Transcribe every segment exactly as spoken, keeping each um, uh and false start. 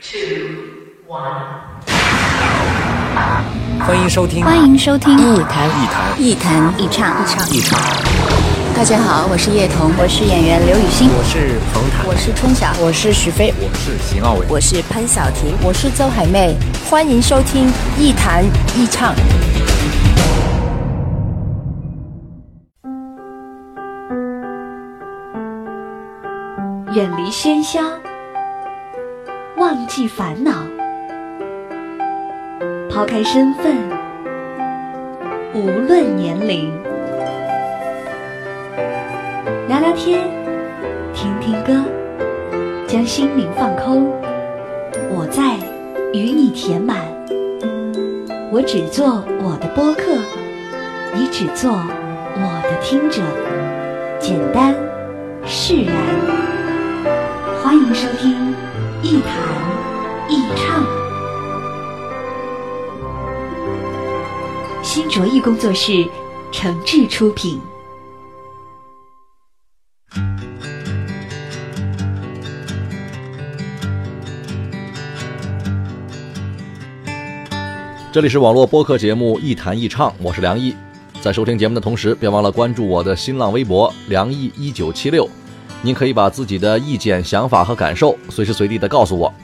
欢迎收听， 欢迎收听一谈一谈一谈一唱一唱一唱。 大家好，我是叶童，我是演员刘雨欣， 我是彭坦， 我是春晓， 我是许飞， 我是邢傲伟， 我是潘晓婷， 我是周海媚。欢迎收听一谈一唱。 远离喧嚣，忘记烦恼，抛开身份，无论年龄，聊聊天，听听歌，将心灵放空。我在与你填满，我只做我的播客，你只做我的听者，简单释然。欢迎收听一谈一唱，新卓艺工作室诚挚出品。 这里是网络播客节目一谈一唱，我是梁毅。在收听节目的同时，别忘了关注我的新浪微博梁毅一九七六，您可以把自己的意见、想法和感受随时随地的告诉我。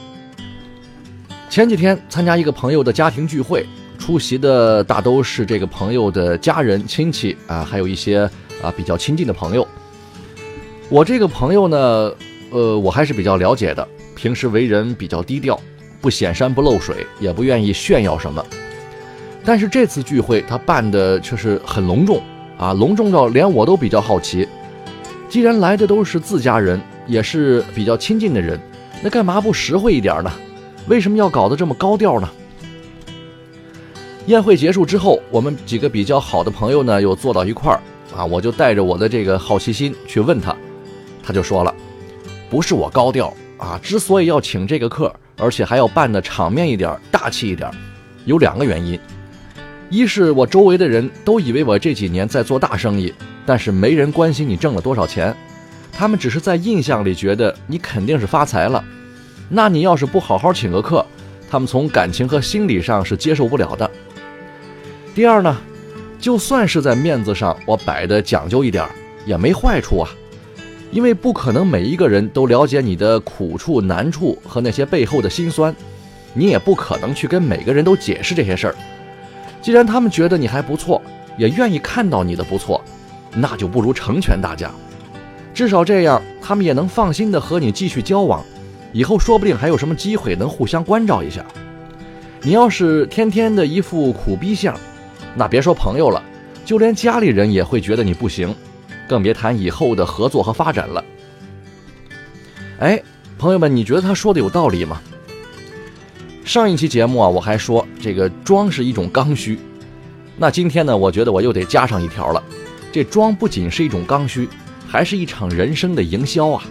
前几天参加一个朋友的家庭聚会，出席的大都是这个朋友的家人、亲戚啊，还有一些啊比较亲近的朋友。我这个朋友呢，呃，我还是比较了解的，平时为人比较低调，不显山不漏水，也不愿意炫耀什么。但是这次聚会他办的却是很隆重啊，隆重到连我都比较好奇。既然来的都是自家人，也是比较亲近的人，那干嘛不实惠一点呢？为什么要搞得这么高调呢？宴会结束之后，我们几个比较好的朋友呢又坐到一块儿啊，我就带着我的这个好奇心去问他，他就说了，不是我高调啊，之所以要请这个客，而且还要办的场面一点、大气一点，有两个原因。一是我周围的人都以为我这几年在做大生意，但是没人关心你挣了多少钱，他们只是在印象里觉得你肯定是发财了。那你要是不好好请个客，他们从感情和心理上是接受不了的。第二呢，就算是在面子上我摆的讲究一点，也没坏处啊，因为不可能每一个人都了解你的苦处、难处和那些背后的辛酸，你也不可能去跟每个人都解释这些事儿。既然他们觉得你还不错，也愿意看到你的不错，那就不如成全大家，至少这样他们也能放心的和你继续交往，以后说不定还有什么机会能互相关照一下。你要是天天的一副苦逼相，那别说朋友了，就连家里人也会觉得你不行，更别谈以后的合作和发展了。哎，朋友们，你觉得他说的有道理吗？上一期节目啊，我还说这个装是一种刚需，那今天呢，我觉得我又得加上一条了，这装不仅是一种刚需，还是一场人生的营销啊。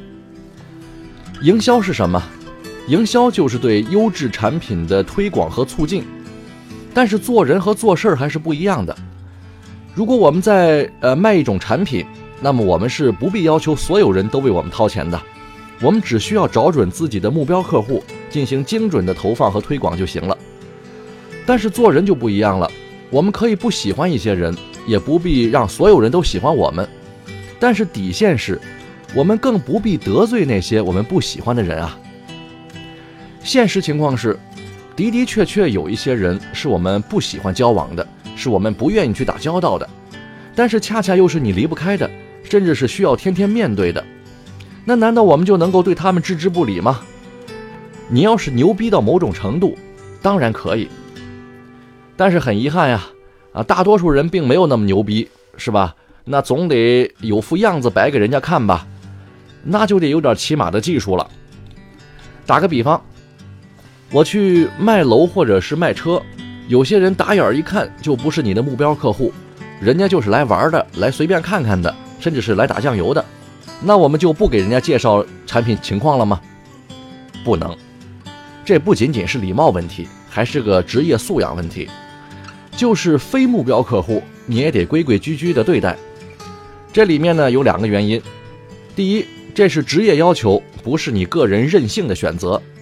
营销是什么？营销就是对优质产品的推广和促进，但是做人和做事还是不一样的。如果我们在呃卖一种产品，那么我们是不必要求所有人都为我们掏钱的，我们只需要找准自己的目标客户，进行精准的投放和推广就行了。但是做人就不一样了，我们可以不喜欢一些人，也不必让所有人都喜欢我们，但是底线是，我们更不必得罪那些我们不喜欢的人啊。现实情况是，的的确确有一些人是我们不喜欢交往的，是我们不愿意去打交道的，但是恰恰又是你离不开的，甚至是需要天天面对的。那难道我们就能够对他们置之不理吗？你要是牛逼到某种程度，当然可以，但是很遗憾呀，啊，大多数人并没有那么牛逼，是吧？那总得有副样子摆给人家看吧，那就得有点起码的技术了。打个比方，我去卖楼或者是卖车，有些人打眼一看就不是你的目标客户，人家就是来玩的，来随便看看的，甚至是来打酱油的，那我们就不给人家介绍产品情况了吗？不能，这不仅仅是礼貌问题，还是个职业素养问题。就是非目标客户，你也得规规矩矩的对待。这里面呢有两个原因，第一，这是职业要求，不是你个人任性的选择。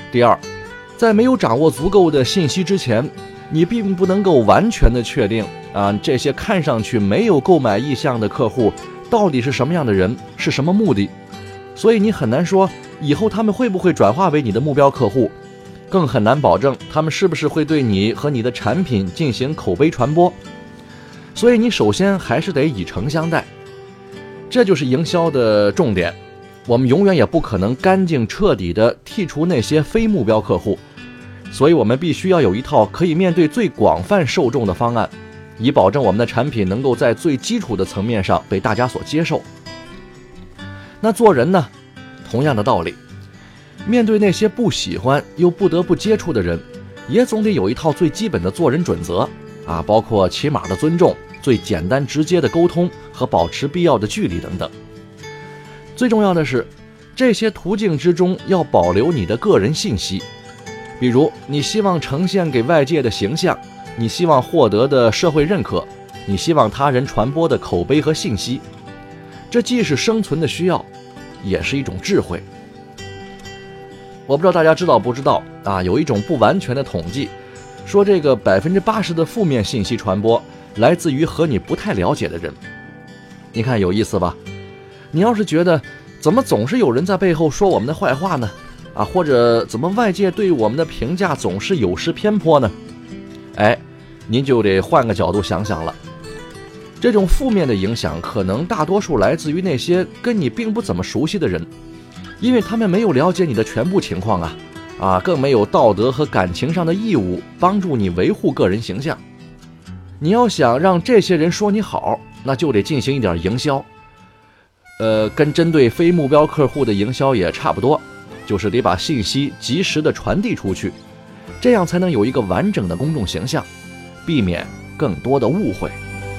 第二，在没有掌握足够的信息之前，你并不能够完全的确定啊，这些看上去没有购买意向的客户到底是什么样的人，是什么目的，所以你很难说以后他们会不会转化为你的目标客户，更很难保证他们是不是会对你和你的产品进行口碑传播。所以你首先还是得以诚相待，这就是营销的重点。我们永远也不可能干净彻底地剔除那些非目标客户，所以我们必须要有一套可以面对最广泛受众的方案，以保证我们的产品能够在最基础的层面上被大家所接受。那做人呢，同样的道理，面对那些不喜欢又不得不接触的人，也总得有一套最基本的做人准则啊，包括起码的尊重、最简单直接的沟通和保持必要的距离等等。最重要的是，这些途径之中要保留你的个人信息，比如你希望呈现给外界的形象，你希望获得的社会认可，你希望他人传播的口碑和信息，这既是生存的需要，也是一种智慧。我不知道大家知道不知道啊？有一种不完全的统计，说这个百分之八十的负面信息传播来自于和你不太了解的人。你看有意思吧？你要是觉得怎么总是有人在背后说我们的坏话呢？啊，或者怎么外界对我们的评价总是有失偏颇呢？哎，您就得换个角度想想了。这种负面的影响可能大多数来自于那些跟你并不怎么熟悉的人，因为他们没有了解你的全部情况啊，啊，更没有道德和感情上的义务帮助你维护个人形象。你要想让这些人说你好，那就得进行一点营销。呃，跟针对非目标客户的营销也差不多，就是得把信息及时的传递出去，这样才能有一个完整的公众形象，避免更多的误会。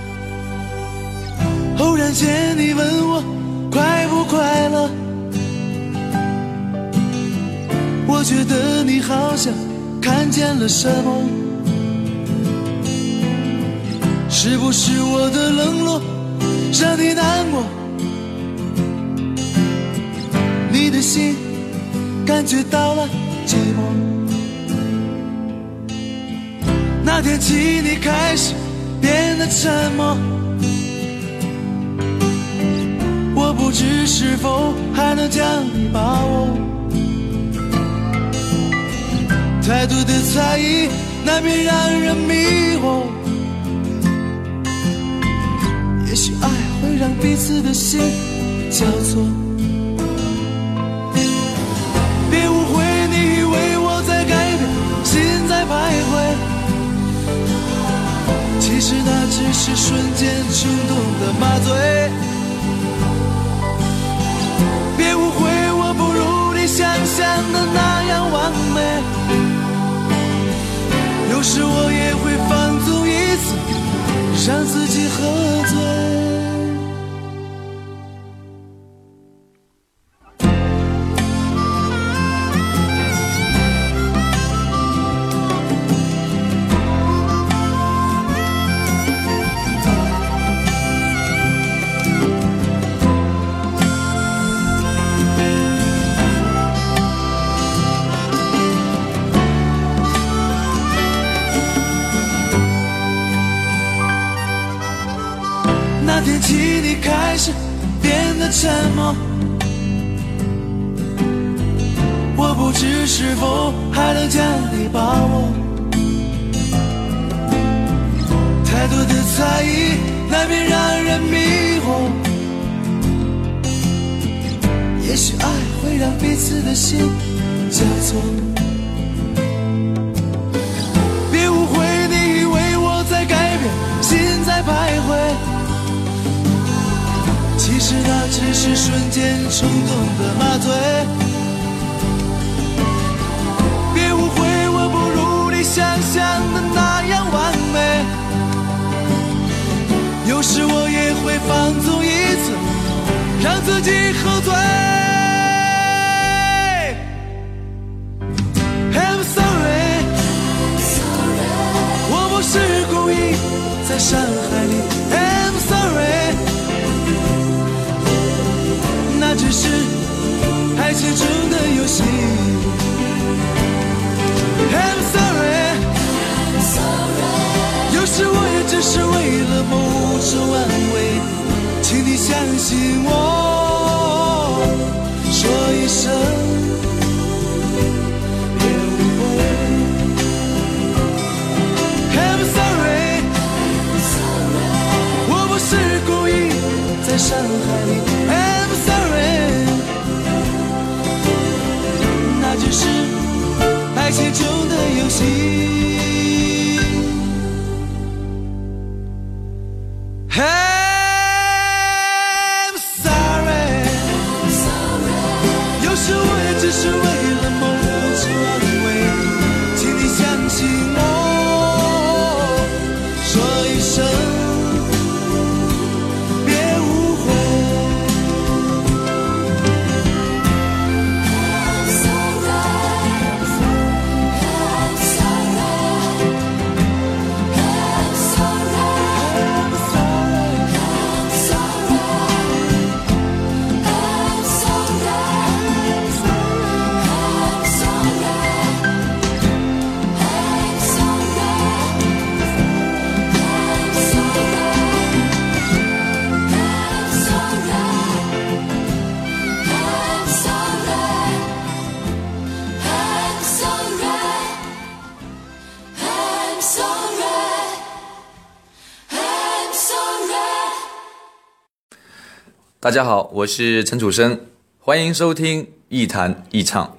偶然间你问我快不快乐，我觉得你好像看见了什么，是不是我的冷落让你难过？你的心感觉到了寂寞，那天起你开始变得沉默，我不知是否还能将你把握，太多的猜疑难免让人迷惑，也许爱会让彼此的心交错。别误会，你以为我在改变，心在徘徊，其实那只是瞬间冲动的麻醉。别误会，我不如你想象的那样完美，有时我也会放纵一次，让自己喝醉。那天起你开始变得沉默，我不知是否还能将你把握，太多的猜疑难免让人迷惑，也许爱会让彼此的心交错。别误会，你以为我在改变，心在徘徊，其实那只是瞬间冲动的麻醉。别误会，我不如你想象的那样完美，有时我也会放纵一次，让自己喝醉。I'm sorry， 我不是故意在伤害你。I'm sorry，那只是爱情中的游戏。 大家好，我是陈楚生，欢迎收听一谈一唱。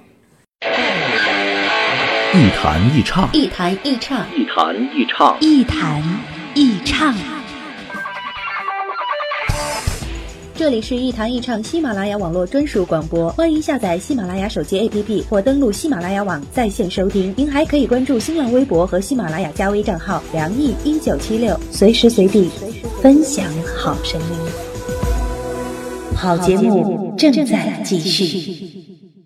一谈一唱， 一谈一唱， 一谈一唱， 一谈一唱。 这里是一谈一唱喜马拉雅网络专属广播，欢迎下载喜马拉雅手机 A P P 或登录喜马拉雅网在线收听。您还可以关注新浪微博和喜马拉雅加微账号梁毅一九七六，随时随地分享好声音。好节目正在继续。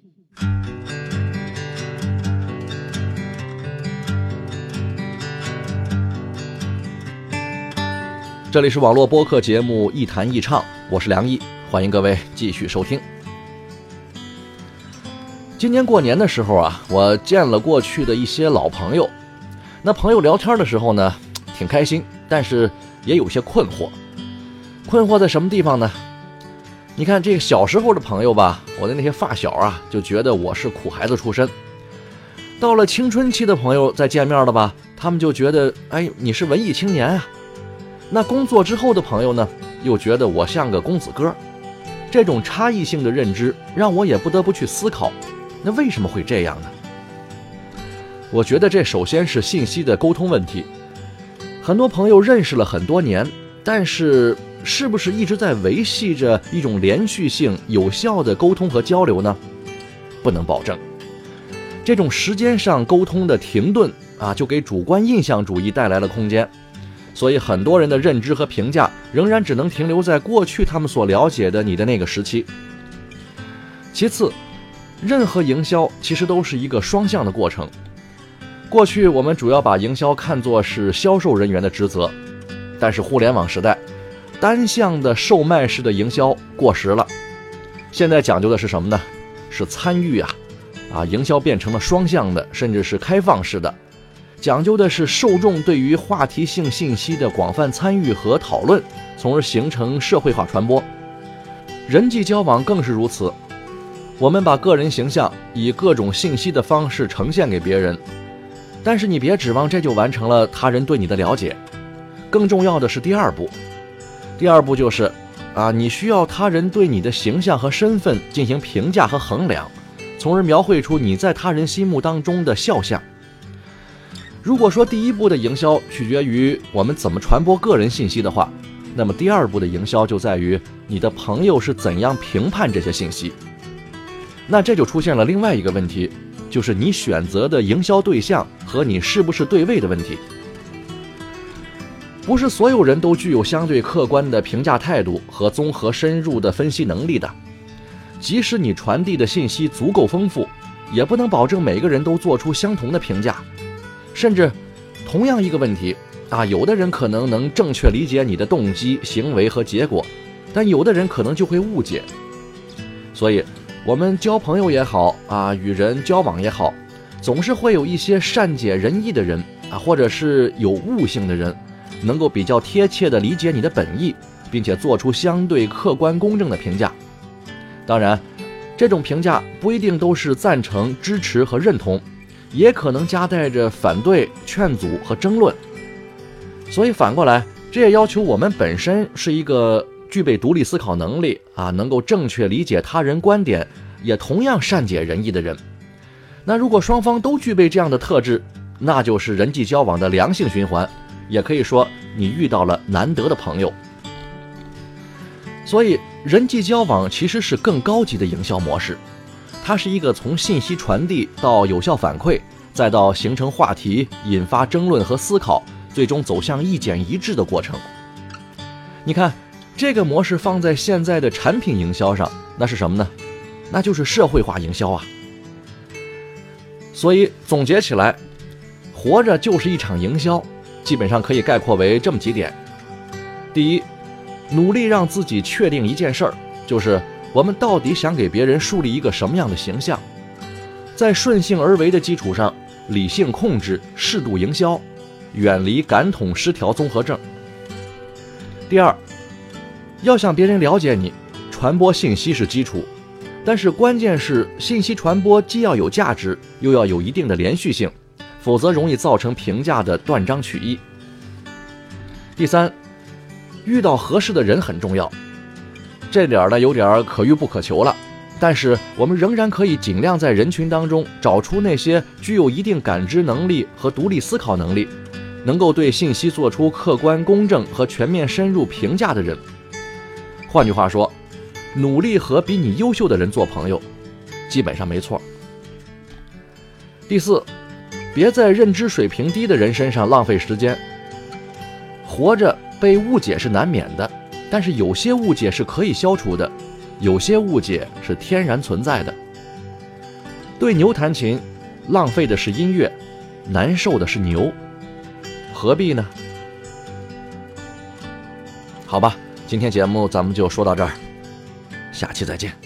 这里是网络播客节目一谈一唱，我是梁毅，欢迎各位继续收听。今年过年的时候啊，我见了过去的一些老朋友，那朋友聊天的时候呢，挺开心，但是也有些困惑。困惑在什么地方呢？你看这个小时候的朋友吧，我的那些发小啊，就觉得我是苦孩子出身。到了青春期的朋友再见面了吧，他们就觉得，哎，你是文艺青年啊。那工作之后的朋友呢，又觉得我像个公子哥。这种差异性的认知让我也不得不去思考，那为什么会这样呢？我觉得这首先是信息的沟通问题。很多朋友认识了很多年，但是是不是一直在维系着一种连续性有效的沟通和交流呢？不能保证。这种时间上沟通的停顿啊，就给主观印象主义带来了空间。所以很多人的认知和评价仍然只能停留在过去他们所了解的你的那个时期。其次，任何营销其实都是一个双向的过程。过去我们主要把营销看作是销售人员的职责，但是互联网时代，单向的售卖式的营销过时了。现在讲究的是什么呢？是参与啊，啊，营销变成了双向的，甚至是开放式的。讲究的是受众对于话题性信息的广泛参与和讨论，从而形成社会化传播。人际交往更是如此，我们把个人形象以各种信息的方式呈现给别人，但是你别指望这就完成了他人对你的了解。更重要的是第二步，第二步就是啊，你需要他人对你的形象和身份进行评价和衡量，从而描绘出你在他人心目当中的肖像。如果说第一步的营销取决于我们怎么传播个人信息的话，那么第二步的营销就在于你的朋友是怎样评判这些信息。那这就出现了另外一个问题，就是你选择的营销对象和你是不是对位的问题。不是所有人都具有相对客观的评价态度和综合深入的分析能力的。即使你传递的信息足够丰富，也不能保证每个人都做出相同的评价。甚至同样一个问题啊，有的人可能能正确理解你的动机、行为和结果，但有的人可能就会误解。所以我们交朋友也好啊，与人交往也好，总是会有一些善解人意的人啊，或者是有悟性的人，能够比较贴切地理解你的本意，并且做出相对客观公正的评价。当然，这种评价不一定都是赞成、支持和认同，也可能夹带着反对、劝阻和争论。所以反过来，这也要求我们本身是一个具备独立思考能力啊，能够正确理解他人观点，也同样善解人意的人。那如果双方都具备这样的特质，那就是人际交往的良性循环，也可以说你遇到了难得的朋友。所以人际交往其实是更高级的营销模式，它是一个从信息传递到有效反馈，再到形成话题、引发争论和思考，最终走向意见一致的过程。你看，这个模式放在现在的产品营销上，那是什么呢？那就是社会化营销啊。所以总结起来，活着就是一场营销，基本上可以概括为这么几点。第一，努力让自己确定一件事儿，就是我们到底想给别人树立一个什么样的形象，在顺性而为的基础上，理性控制，适度营销，远离感统失调综合症。第二，要想别人了解你，传播信息是基础，但是关键是信息传播既要有价值，又要有一定的连续性，否则容易造成评价的断章取义。第三，遇到合适的人很重要。 这点呢有点可遇不可求了。但是我们仍然可以尽量在人群当中找出那些具有一定感知能力和独立思考能力，能够对信息做出客观公正和全面深入评价的人。换句话说，努力和比你优秀的人做朋友基本上没错。第四，别在认知水平低的人身上浪费时间。活着被误解是难免的，但是有些误解是可以消除的，有些误解是天然存在的。对牛弹琴，浪费的是音乐，难受的是牛，何必呢？好吧，今天节目咱们就说到这儿，下期再见。